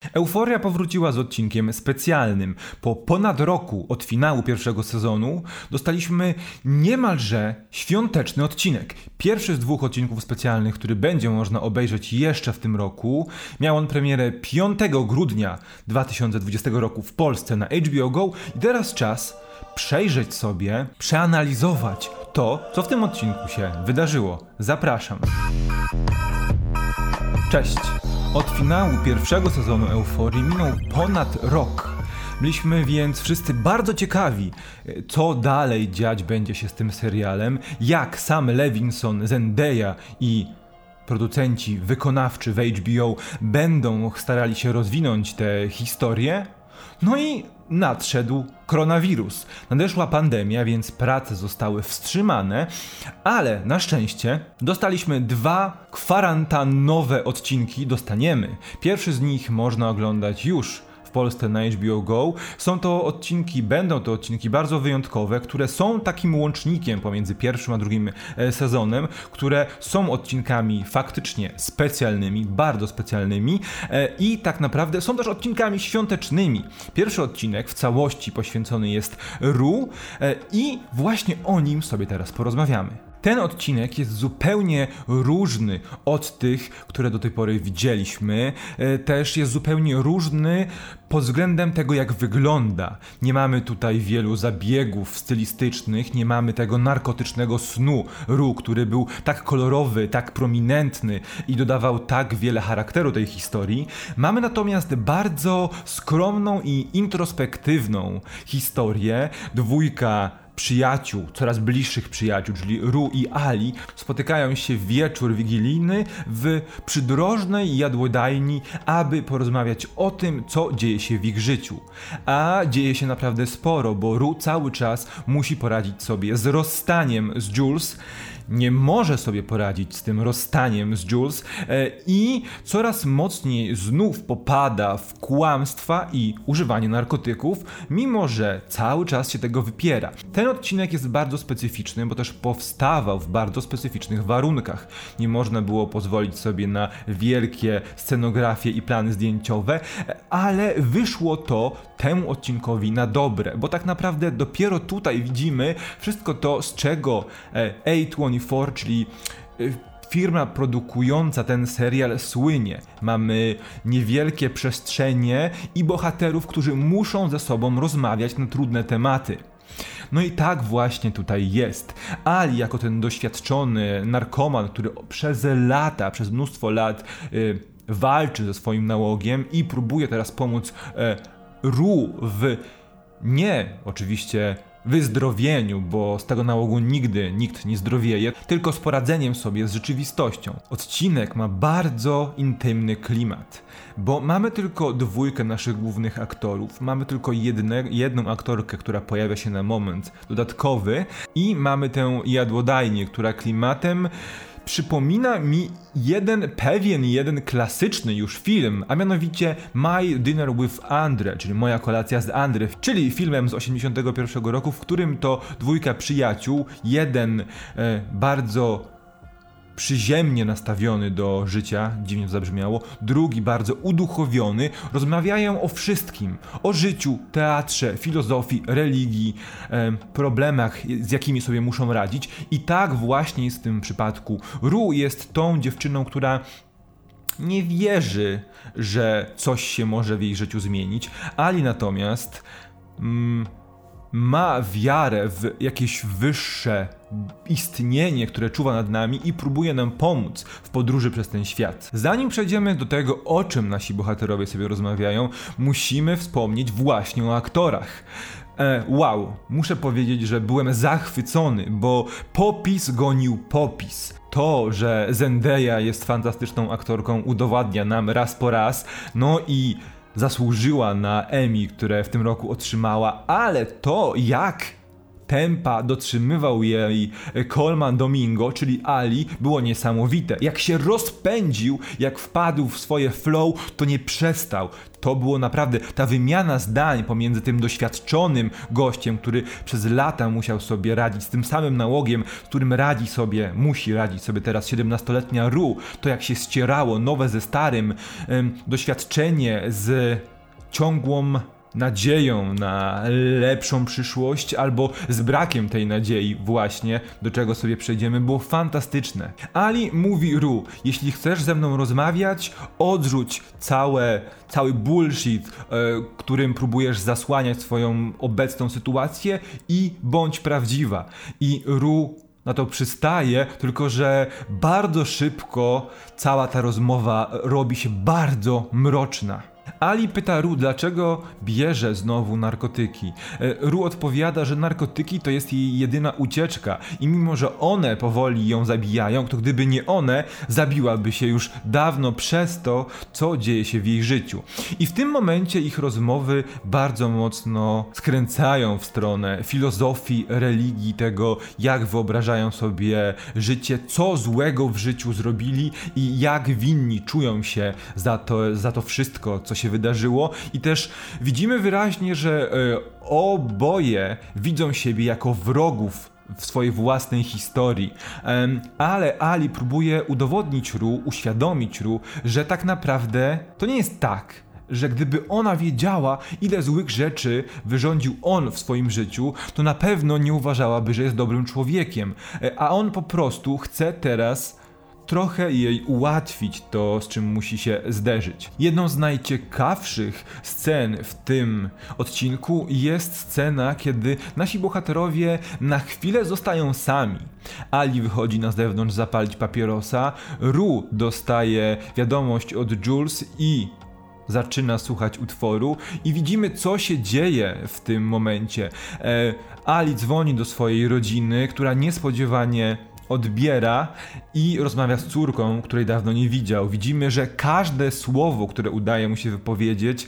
Euforia powróciła z odcinkiem specjalnym. Po ponad roku od finału pierwszego sezonu dostaliśmy niemalże świąteczny odcinek. Pierwszy z 2 odcinków specjalnych, który będzie można obejrzeć jeszcze w tym roku. Miał on premierę 5 grudnia 2020 roku w Polsce na HBO Go i teraz czas przejrzeć sobie, przeanalizować to, co w tym odcinku się wydarzyło. Zapraszam. Cześć! Od finału pierwszego sezonu Euforii minął ponad rok. Byliśmy więc wszyscy bardzo ciekawi, co dalej dziać będzie się z tym serialem, jak Sam Levinson, Zendaya i producenci wykonawczy w HBO będą starali się rozwinąć tę historię. No i nadszedł koronawirus. Nadeszła pandemia, więc prace zostały wstrzymane, ale na szczęście dostaliśmy 2 kwarantannowe odcinki, dostaniemy. Pierwszy z nich można oglądać już w Polsce na HBO Go. Będą to odcinki bardzo wyjątkowe, które są takim łącznikiem pomiędzy pierwszym a drugim sezonem, które są odcinkami faktycznie specjalnymi, bardzo specjalnymi i tak naprawdę są też odcinkami świątecznymi. Pierwszy odcinek w całości poświęcony jest Ru i właśnie o nim sobie teraz porozmawiamy. Ten odcinek jest zupełnie różny od tych, które do tej pory widzieliśmy. Też jest zupełnie różny pod względem tego, jak wygląda. Nie mamy tutaj wielu zabiegów stylistycznych, nie mamy tego narkotycznego snu Ru, który był tak kolorowy, tak prominentny i dodawał tak wiele charakteru tej historii. Mamy natomiast bardzo skromną i introspektywną historię. 2 przyjaciół, coraz bliższych przyjaciół, czyli Ru i Ali, spotykają się w wieczór wigilijny w przydrożnej jadłodajni, aby porozmawiać o tym, co dzieje się w ich życiu. A dzieje się naprawdę sporo, bo Ru cały czas musi poradzić sobie z rozstaniem z Jules, nie może sobie poradzić z tym rozstaniem z Jules i coraz mocniej znów popada w kłamstwa i używanie narkotyków, mimo że cały czas się tego wypiera. Ten odcinek jest bardzo specyficzny, bo też powstawał w bardzo specyficznych warunkach. Nie można było pozwolić sobie na wielkie scenografie i plany zdjęciowe, ale wyszło to temu odcinkowi na dobre, bo tak naprawdę dopiero tutaj widzimy wszystko to, z czego A24, czyli firma produkująca ten serial, słynie. Mamy niewielkie przestrzenie i bohaterów, którzy muszą ze sobą rozmawiać na trudne tematy. No i tak właśnie tutaj jest. Ali jako ten doświadczony narkoman, który przez mnóstwo lat walczy ze swoim nałogiem i próbuje teraz pomóc Ru w oczywiście wyzdrowieniu, bo z tego nałogu nigdy nikt nie zdrowieje, tylko z poradzeniem sobie z rzeczywistością. Odcinek ma bardzo intymny klimat, bo mamy tylko 2 naszych głównych aktorów, mamy tylko jedną aktorkę, która pojawia się na moment dodatkowy i mamy tę jadłodajnię, która klimatem przypomina mi jeden klasyczny już film, a mianowicie My Dinner with Andre, czyli Moja kolacja z Andre, czyli filmem z 1981 roku, w którym to 2 przyjaciół, jeden bardzo przyziemnie nastawiony do życia, dziwnie to zabrzmiało, drugi bardzo uduchowiony, rozmawiają o wszystkim, o życiu, teatrze, filozofii, religii, problemach, z jakimi sobie muszą radzić i tak właśnie jest w tym przypadku. Ru jest tą dziewczyną, która nie wierzy, że coś się może w jej życiu zmienić. Ali natomiast ma wiarę w jakieś wyższe istnienie, które czuwa nad nami i próbuje nam pomóc w podróży przez ten świat. Zanim przejdziemy do tego, o czym nasi bohaterowie sobie rozmawiają, musimy wspomnieć właśnie o aktorach. Muszę powiedzieć, że byłem zachwycony, bo popis gonił popis. To, że Zendaya jest fantastyczną aktorką, udowadnia nam raz po raz, no i zasłużyła na Emmy, które w tym roku otrzymała, ale to, jak tempa dotrzymywał jej Colman Domingo, czyli Ali, było niesamowite. Jak się rozpędził, jak wpadł w swoje flow, to nie przestał. To było naprawdę ta wymiana zdań pomiędzy tym doświadczonym gościem, który przez lata musiał sobie radzić z tym samym nałogiem, z którym musi radzić sobie teraz 17-letnia Ru. To jak się ścierało nowe ze starym, doświadczenie z ciągłą nadzieją na lepszą przyszłość albo z brakiem tej nadziei właśnie, do czego sobie przejdziemy, było fantastyczne. Ali mówi Ru, jeśli chcesz ze mną rozmawiać, odrzuć cały bullshit, którym próbujesz zasłaniać swoją obecną sytuację i bądź prawdziwa. I Ru na to przystaje, tylko że bardzo szybko cała ta rozmowa robi się bardzo mroczna. Ali pyta Ru, dlaczego bierze znowu narkotyki. Ru odpowiada, że narkotyki to jest jej jedyna ucieczka i mimo, że one powoli ją zabijają, to gdyby nie one, zabiłaby się już dawno przez to, co dzieje się w jej życiu. I w tym momencie ich rozmowy bardzo mocno skręcają w stronę filozofii, religii, tego, jak wyobrażają sobie życie, co złego w życiu zrobili i jak winni czują się za to wszystko, co się wydarzyło. I też widzimy wyraźnie, że oboje widzą siebie jako wrogów w swojej własnej historii, ale Ali próbuje udowodnić Ru, uświadomić Ru, że tak naprawdę to nie jest tak, że gdyby ona wiedziała, ile złych rzeczy wyrządził on w swoim życiu, to na pewno nie uważałaby, że jest dobrym człowiekiem, a on po prostu chce teraz trochę jej ułatwić to, z czym musi się zderzyć. Jedną z najciekawszych scen w tym odcinku jest scena, kiedy nasi bohaterowie na chwilę zostają sami. Ali wychodzi na zewnątrz zapalić papierosa, Ru dostaje wiadomość od Jules i zaczyna słuchać utworu i widzimy, co się dzieje w tym momencie. Ali dzwoni do swojej rodziny, która niespodziewanie odbiera i rozmawia z córką, której dawno nie widział. Widzimy, że każde słowo, które udaje mu się wypowiedzieć,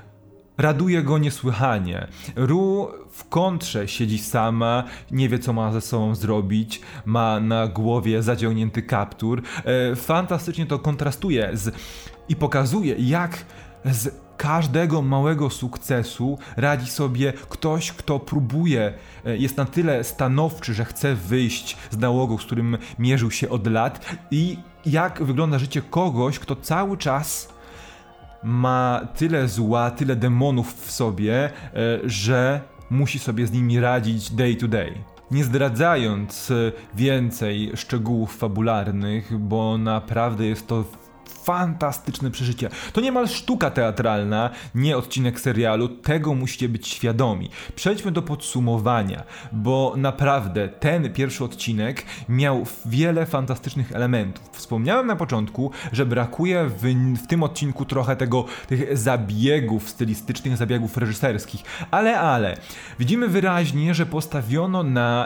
raduje go niesłychanie. Ru w kontrze siedzi sama, nie wie, co ma ze sobą zrobić, ma na głowie zaciągnięty kaptur. Fantastycznie to kontrastuje i pokazuje, jak z każdego małego sukcesu radzi sobie ktoś, kto próbuje, jest na tyle stanowczy, że chce wyjść z nałogu, z którym mierzył się od lat, i jak wygląda życie kogoś, kto cały czas ma tyle zła, tyle demonów w sobie, że musi sobie z nimi radzić day to day. Nie zdradzając więcej szczegółów fabularnych, bo naprawdę jest to fantastyczne przeżycie. To niemal sztuka teatralna, nie odcinek serialu, tego musicie być świadomi. Przejdźmy do podsumowania, bo naprawdę ten pierwszy odcinek miał wiele fantastycznych elementów. Wspomniałem na początku, że brakuje w tym odcinku trochę tych zabiegów stylistycznych, zabiegów reżyserskich, ale widzimy wyraźnie, że postawiono na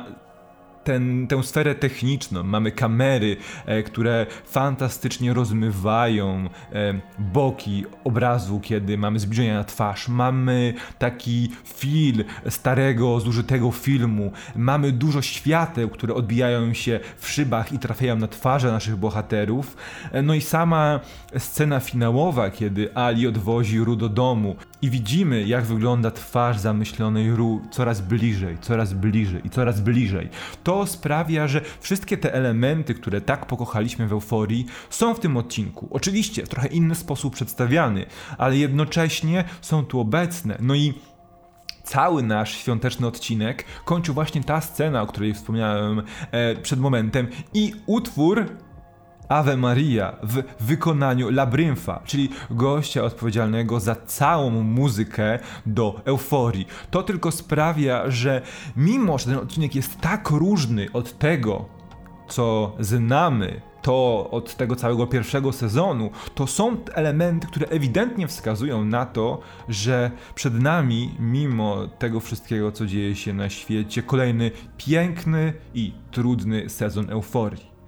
tę sferę techniczną. Mamy kamery, które fantastycznie rozmywają boki obrazu, kiedy mamy zbliżenia na twarz. Mamy taki feel starego, zużytego filmu. Mamy dużo świateł, które odbijają się w szybach i trafiają na twarze naszych bohaterów. No i sama scena finałowa, kiedy Ali odwozi Ru do domu i widzimy, jak wygląda twarz zamyślonej Ru coraz bliżej, coraz bliżej i coraz bliżej. To sprawia, że wszystkie te elementy, które tak pokochaliśmy w Euforii, są w tym odcinku. Oczywiście w trochę inny sposób przedstawiany, ale jednocześnie są tu obecne. No i cały nasz świąteczny odcinek kończy właśnie ta scena, o której wspomniałem przed momentem, i utwór Ave Maria w wykonaniu Labryntha, czyli gościa odpowiedzialnego za całą muzykę do Euforii. To tylko sprawia, że mimo, że ten odcinek jest tak różny od tego, co znamy, to od tego całego pierwszego sezonu, to są elementy, które ewidentnie wskazują na to, że przed nami, mimo tego wszystkiego, co dzieje się na świecie, kolejny piękny i trudny sezon Euforii.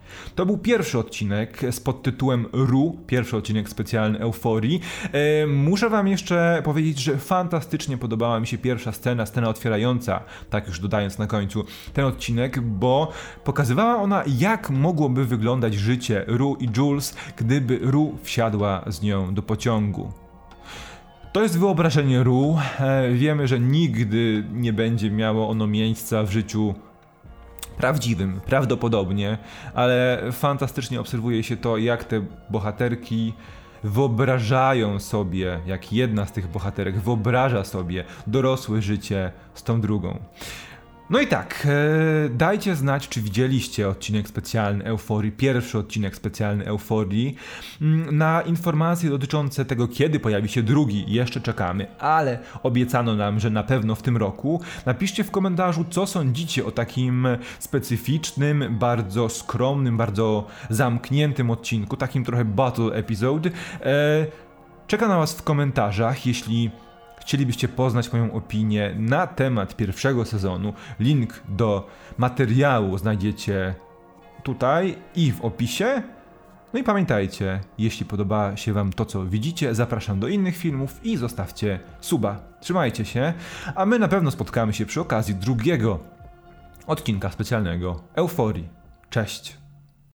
To był pierwszy odcinek z podtytułem Ru, pierwszy odcinek specjalny Euforii. Muszę wam jeszcze powiedzieć, że fantastycznie podobała mi się pierwsza scena otwierająca, tak już dodając na końcu ten odcinek, bo pokazywała ona, jak mogłoby wyglądać życie Ru i Jules, gdyby Ru wsiadła z nią do pociągu. To jest wyobrażenie Ru. Wiemy, że nigdy nie będzie miało ono miejsca w życiu prawdziwym, prawdopodobnie, ale fantastycznie obserwuje się to, jak te bohaterki wyobrażają sobie, jak jedna z tych bohaterek wyobraża sobie dorosłe życie z tą drugą. No i tak, dajcie znać, czy widzieliście odcinek specjalny Euforii, pierwszy odcinek specjalny Euforii. Na informacje dotyczące tego, kiedy pojawi się drugi, jeszcze czekamy, ale obiecano nam, że na pewno w tym roku. Napiszcie w komentarzu, co sądzicie o takim specyficznym, bardzo skromnym, bardzo zamkniętym odcinku, takim trochę battle episode. Czeka na was w komentarzach, jeśli chcielibyście poznać moją opinię na temat pierwszego sezonu. Link do materiału znajdziecie tutaj i w opisie. No i pamiętajcie, jeśli podoba się wam to, co widzicie, zapraszam do innych filmów i zostawcie suba. Trzymajcie się, a my na pewno spotkamy się przy okazji drugiego odcinka specjalnego Euforii. Cześć!